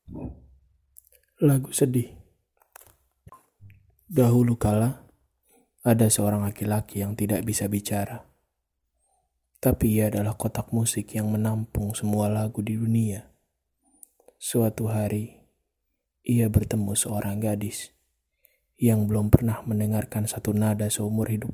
Lagu sedih. Dahulu kala, ada seorang laki-laki yang tidak bisa bicara. Tapi ia adalah kotak musik yang menampung semua lagu di dunia. Suatu hari, ia bertemu seorang gadis yang belum pernah mendengarkan satu nada seumur hidup.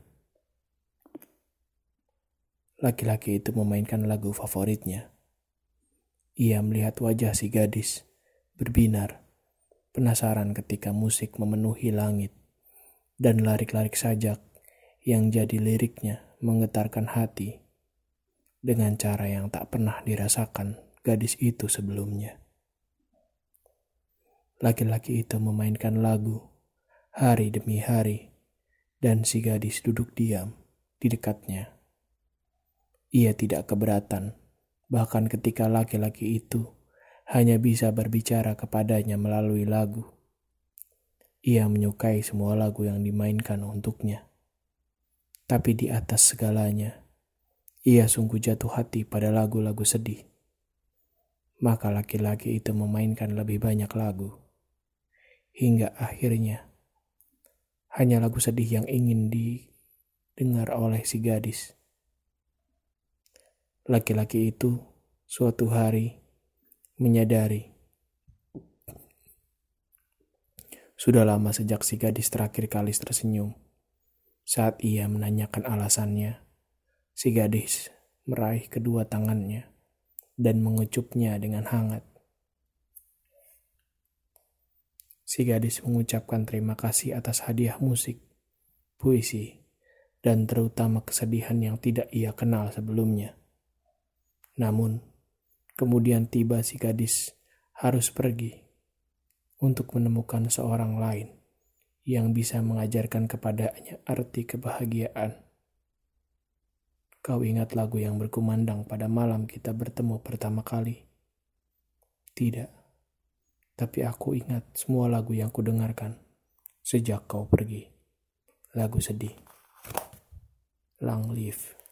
Laki-laki itu memainkan lagu favoritnya. Ia melihat wajah si gadis berbinar, penasaran ketika musik memenuhi langit. Dan larik-larik sajak yang jadi liriknya menggetarkan hati dengan cara yang tak pernah dirasakan gadis itu sebelumnya. Laki-laki itu memainkan lagu hari demi hari dan si gadis duduk diam di dekatnya. Ia tidak keberatan, bahkan ketika laki-laki itu hanya bisa berbicara kepadanya melalui lagu. Ia menyukai semua lagu yang dimainkan untuknya. Tapi di atas segalanya, ia sungguh jatuh hati pada lagu-lagu sedih. Maka laki-laki itu memainkan lebih banyak lagu. Hingga akhirnya, hanya lagu sedih yang ingin didengar oleh si gadis. Laki-laki itu suatu hari menyadari sudah lama sejak si gadis terakhir kali tersenyum. Saat ia menanyakan alasannya, si gadis meraih kedua tangannya dan mengecupnya dengan hangat. Si gadis mengucapkan terima kasih atas hadiah musik, puisi, dan terutama kesedihan yang tidak ia kenal sebelumnya. Namun, kemudian tiba si gadis harus pergi untuk menemukan seorang lain yang bisa mengajarkan kepadanya arti kebahagiaan. Kau ingat lagu yang berkumandang pada malam kita bertemu pertama kali? Tidak, tapi aku ingat semua lagu yang kudengarkan sejak kau pergi. Lagu sedih. Long live